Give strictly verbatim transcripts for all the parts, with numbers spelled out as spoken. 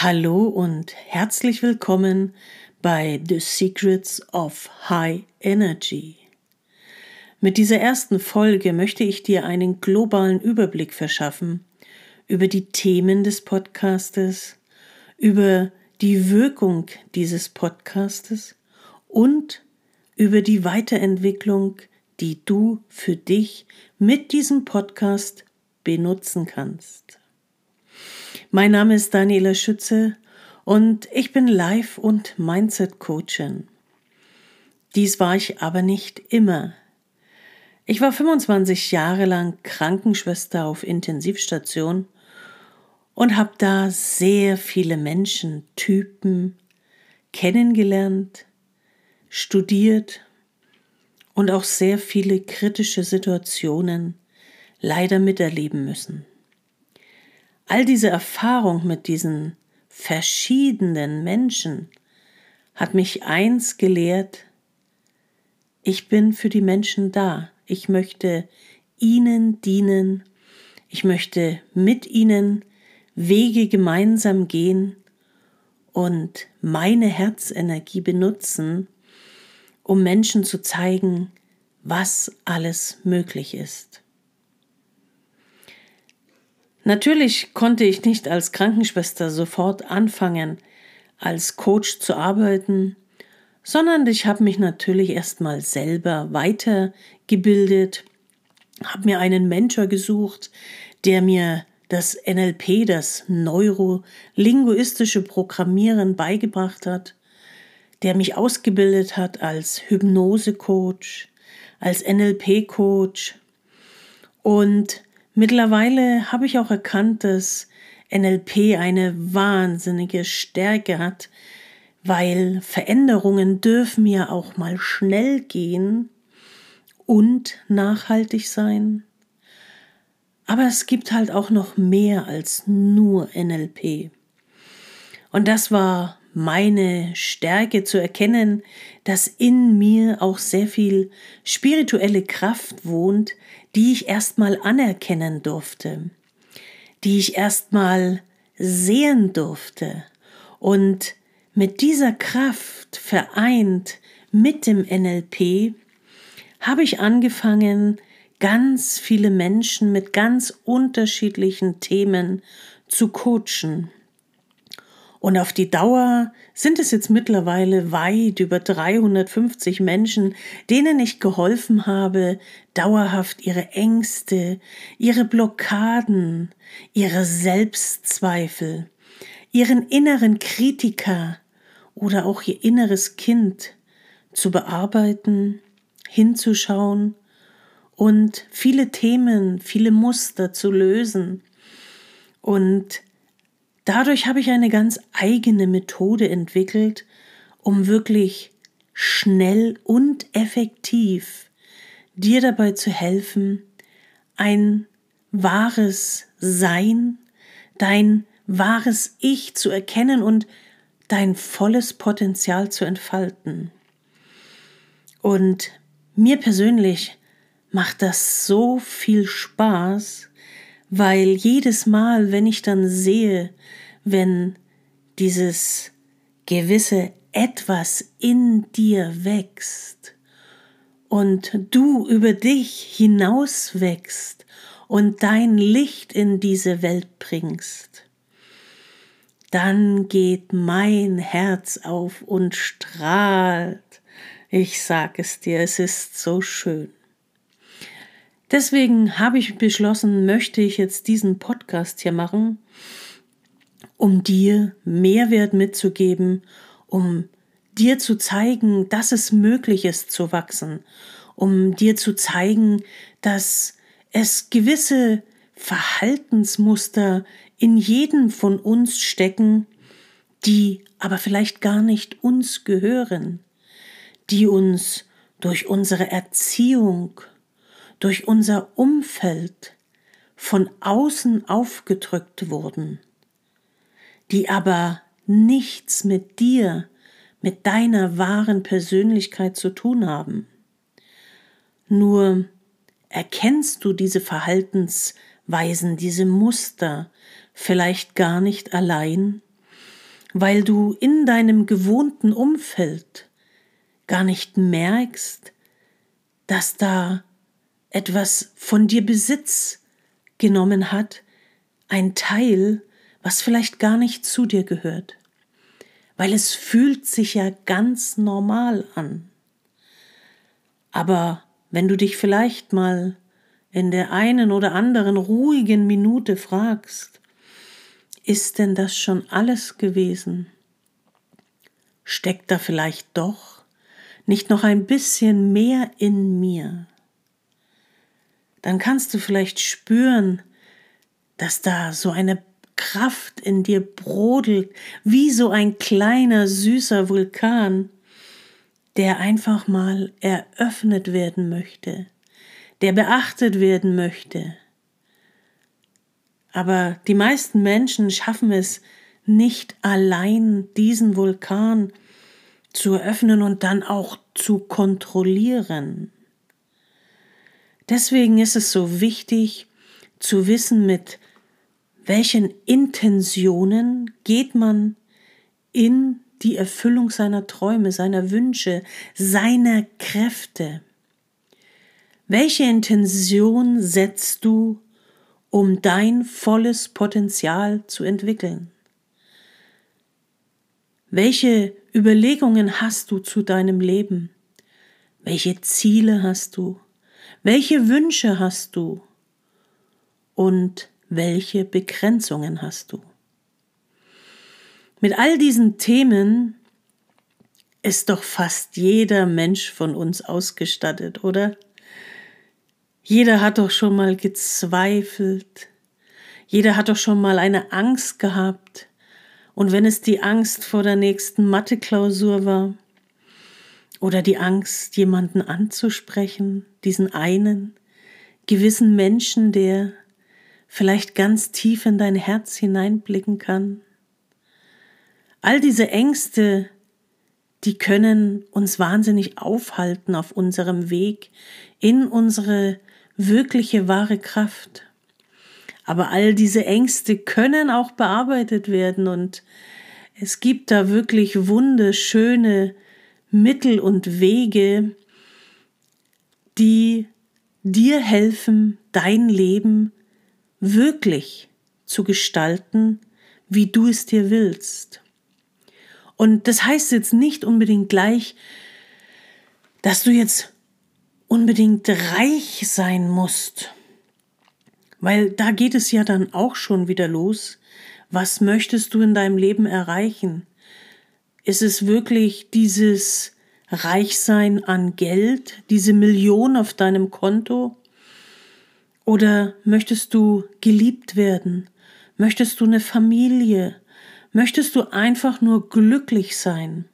Hallo und herzlich willkommen bei The Secrets of High Energy. Mit dieser ersten Folge möchte ich dir einen globalen Überblick verschaffen über die Themen des Podcastes, über die Wirkung dieses Podcastes und über die Weiterentwicklung, die du für dich mit diesem Podcast benutzen kannst. Mein Name ist Daniela Schütze und ich bin Life- und Mindset-Coachin. Dies war ich aber nicht immer. Ich war fünfundzwanzig Jahre lang Krankenschwester auf Intensivstation und habe da sehr viele Menschen, Typen kennengelernt, studiert und auch sehr viele kritische Situationen leider miterleben müssen. All diese Erfahrung mit diesen verschiedenen Menschen hat mich eins gelehrt: Ich bin für die Menschen da. Ich möchte ihnen dienen. Ich möchte mit ihnen Wege gemeinsam gehen und meine Herzenergie benutzen, um Menschen zu zeigen, was alles möglich ist. Natürlich konnte ich nicht als Krankenschwester sofort anfangen, als Coach zu arbeiten, sondern ich habe mich natürlich erstmal selber weitergebildet, habe mir einen Mentor gesucht, der mir das N L P, das neurolinguistische Programmieren beigebracht hat, der mich ausgebildet hat als Hypnose-Coach, als N L P-Coach. Und mittlerweile habe ich auch erkannt, dass N L P eine wahnsinnige Stärke hat, weil Veränderungen dürfen ja auch mal schnell gehen und nachhaltig sein. Aber es gibt halt auch noch mehr als nur N L P. Und das war meine Stärke, zu erkennen, dass in mir auch sehr viel spirituelle Kraft wohnt, die ich erstmal anerkennen durfte, die ich erstmal sehen durfte. Und mit dieser Kraft vereint mit dem N L P habe ich angefangen, ganz viele Menschen mit ganz unterschiedlichen Themen zu coachen. Und auf die Dauer sind es jetzt mittlerweile weit über dreihundertfünfzig Menschen, denen ich geholfen habe, dauerhaft ihre Ängste, ihre Blockaden, ihre Selbstzweifel, ihren inneren Kritiker oder auch ihr inneres Kind zu bearbeiten, hinzuschauen und viele Themen, viele Muster zu lösen. Und dadurch habe ich eine ganz eigene Methode entwickelt, um wirklich schnell und effektiv dir dabei zu helfen, ein wahres Sein, dein wahres Ich zu erkennen und dein volles Potenzial zu entfalten. Und mir persönlich macht das so viel Spaß, weil jedes Mal, wenn ich dann sehe, wenn dieses gewisse Etwas in dir wächst und du über dich hinaus wächst und dein Licht in diese Welt bringst, dann geht mein Herz auf und strahlt. Ich sag es dir, es ist so schön. Deswegen habe ich beschlossen, möchte ich jetzt diesen Podcast hier machen, um dir Mehrwert mitzugeben, um dir zu zeigen, dass es möglich ist zu wachsen, um dir zu zeigen, dass es gewisse Verhaltensmuster in jedem von uns stecken, die aber vielleicht gar nicht uns gehören, die uns durch unsere Erziehung, durch unser Umfeld von außen aufgedrückt wurden, die aber nichts mit dir, mit deiner wahren Persönlichkeit zu tun haben. Nur erkennst du diese Verhaltensweisen, diese Muster vielleicht gar nicht allein weil du in deinem gewohnten Umfeld gar nicht merkst, dass da etwas von dir Besitz genommen hat, ein Teil, was vielleicht gar nicht zu dir gehört, weil es fühlt sich ja ganz normal an. Aber wenn du dich vielleicht mal in der einen oder anderen ruhigen Minute fragst, ist denn das schon alles gewesen? Steckt da vielleicht doch nicht noch ein bisschen mehr in mir? Dann kannst du vielleicht spüren, dass da so eine Kraft in dir brodelt, wie so ein kleiner, süßer Vulkan, der einfach mal eröffnet werden möchte, der beachtet werden möchte. Aber die meisten Menschen schaffen es nicht allein, diesen Vulkan zu eröffnen und dann auch zu kontrollieren. Deswegen ist es so wichtig zu wissen, mit welchen Intentionen geht man in die Erfüllung seiner Träume, seiner Wünsche, seiner Kräfte. Welche Intention setzt du, um dein volles Potenzial zu entwickeln? Welche Überlegungen hast du zu deinem Leben? Welche Ziele hast du? Welche Wünsche hast du? Und welche Begrenzungen hast du? Mit all diesen Themen ist doch fast jeder Mensch von uns ausgestattet, oder? Jeder hat doch schon mal gezweifelt. Jeder hat doch schon mal eine Angst gehabt. Und wenn es die Angst vor der nächsten Mathe-Klausur war oder die Angst, jemanden anzusprechen, diesen einen gewissen Menschen, der vielleicht ganz tief in dein Herz hineinblicken kann. All diese Ängste, die können uns wahnsinnig aufhalten auf unserem Weg in unsere wirkliche, wahre Kraft. Aber all diese Ängste können auch bearbeitet werden und es gibt da wirklich wunderschöne Mittel und Wege, die dir helfen, dein Leben wirklich zu gestalten, wie du es dir willst. Und das heißt jetzt nicht unbedingt gleich, dass du jetzt unbedingt reich sein musst, weil da geht es ja dann auch schon wieder los. Was möchtest du in deinem Leben erreichen? Ist es wirklich dieses Reichsein an Geld, diese Million auf deinem Konto? Oder möchtest du geliebt werden? Möchtest du eine Familie? Möchtest du einfach nur glücklich sein?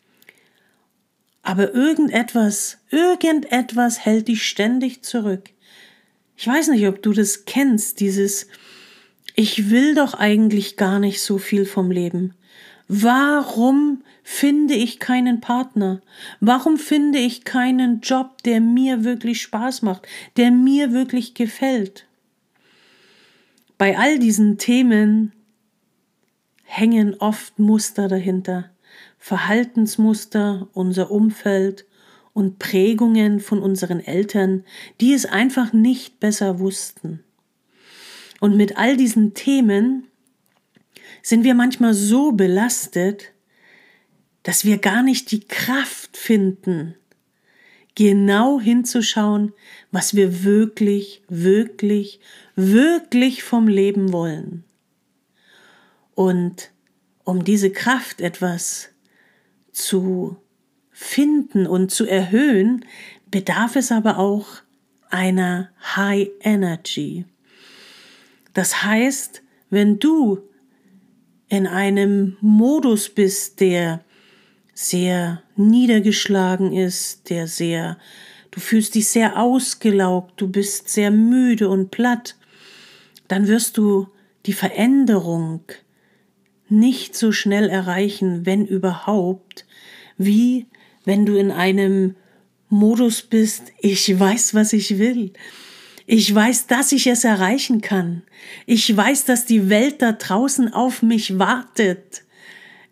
Aber irgendetwas, irgendetwas hält dich ständig zurück. Ich weiß nicht, ob du das kennst, dieses Ich will doch eigentlich gar nicht so viel vom Leben. Warum finde ich keinen Partner? Warum finde ich keinen Job, der mir wirklich Spaß macht, der mir wirklich gefällt? Bei all diesen Themen hängen oft Muster dahinter, Verhaltensmuster, unser Umfeld und Prägungen von unseren Eltern, die es einfach nicht besser wussten. Und mit all diesen Themen sind wir manchmal so belastet, dass wir gar nicht die Kraft finden, genau hinzuschauen, was wir wirklich, wirklich, wirklich vom Leben wollen. Und um diese Kraft etwas zu finden und zu erhöhen, bedarf es aber auch einer High Energy. Das heißt, wenn du in einem Modus bist, der sehr niedergeschlagen ist, der sehr, du fühlst dich sehr ausgelaugt, du bist sehr müde und platt, dann wirst du die Veränderung nicht so schnell erreichen, wenn überhaupt, wie wenn du in einem Modus bist, ich weiß, was ich will. Ich weiß, dass ich es erreichen kann. Ich weiß, dass die Welt da draußen auf mich wartet.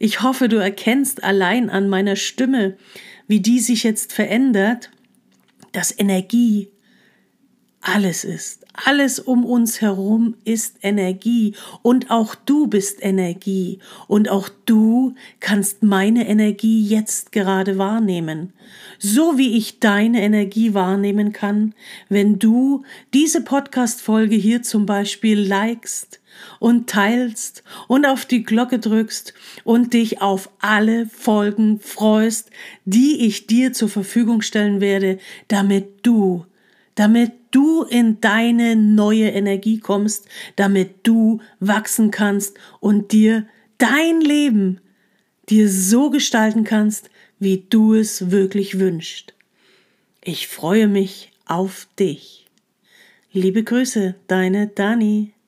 Ich hoffe, du erkennst allein an meiner Stimme, wie die sich jetzt verändert, dass Energie alles ist. Alles um uns herum ist Energie und auch du bist Energie und auch du kannst meine Energie jetzt gerade wahrnehmen. So wie ich deine Energie wahrnehmen kann, wenn du diese Podcast-Folge hier zum Beispiel likest und teilst und auf die Glocke drückst und dich auf alle Folgen freust, die ich dir zur Verfügung stellen werde, damit du damit du in deine neue Energie kommst, damit du wachsen kannst und dir dein Leben dir so gestalten kannst, wie du es wirklich wünschst. Ich freue mich auf dich. Liebe Grüße, deine Dani.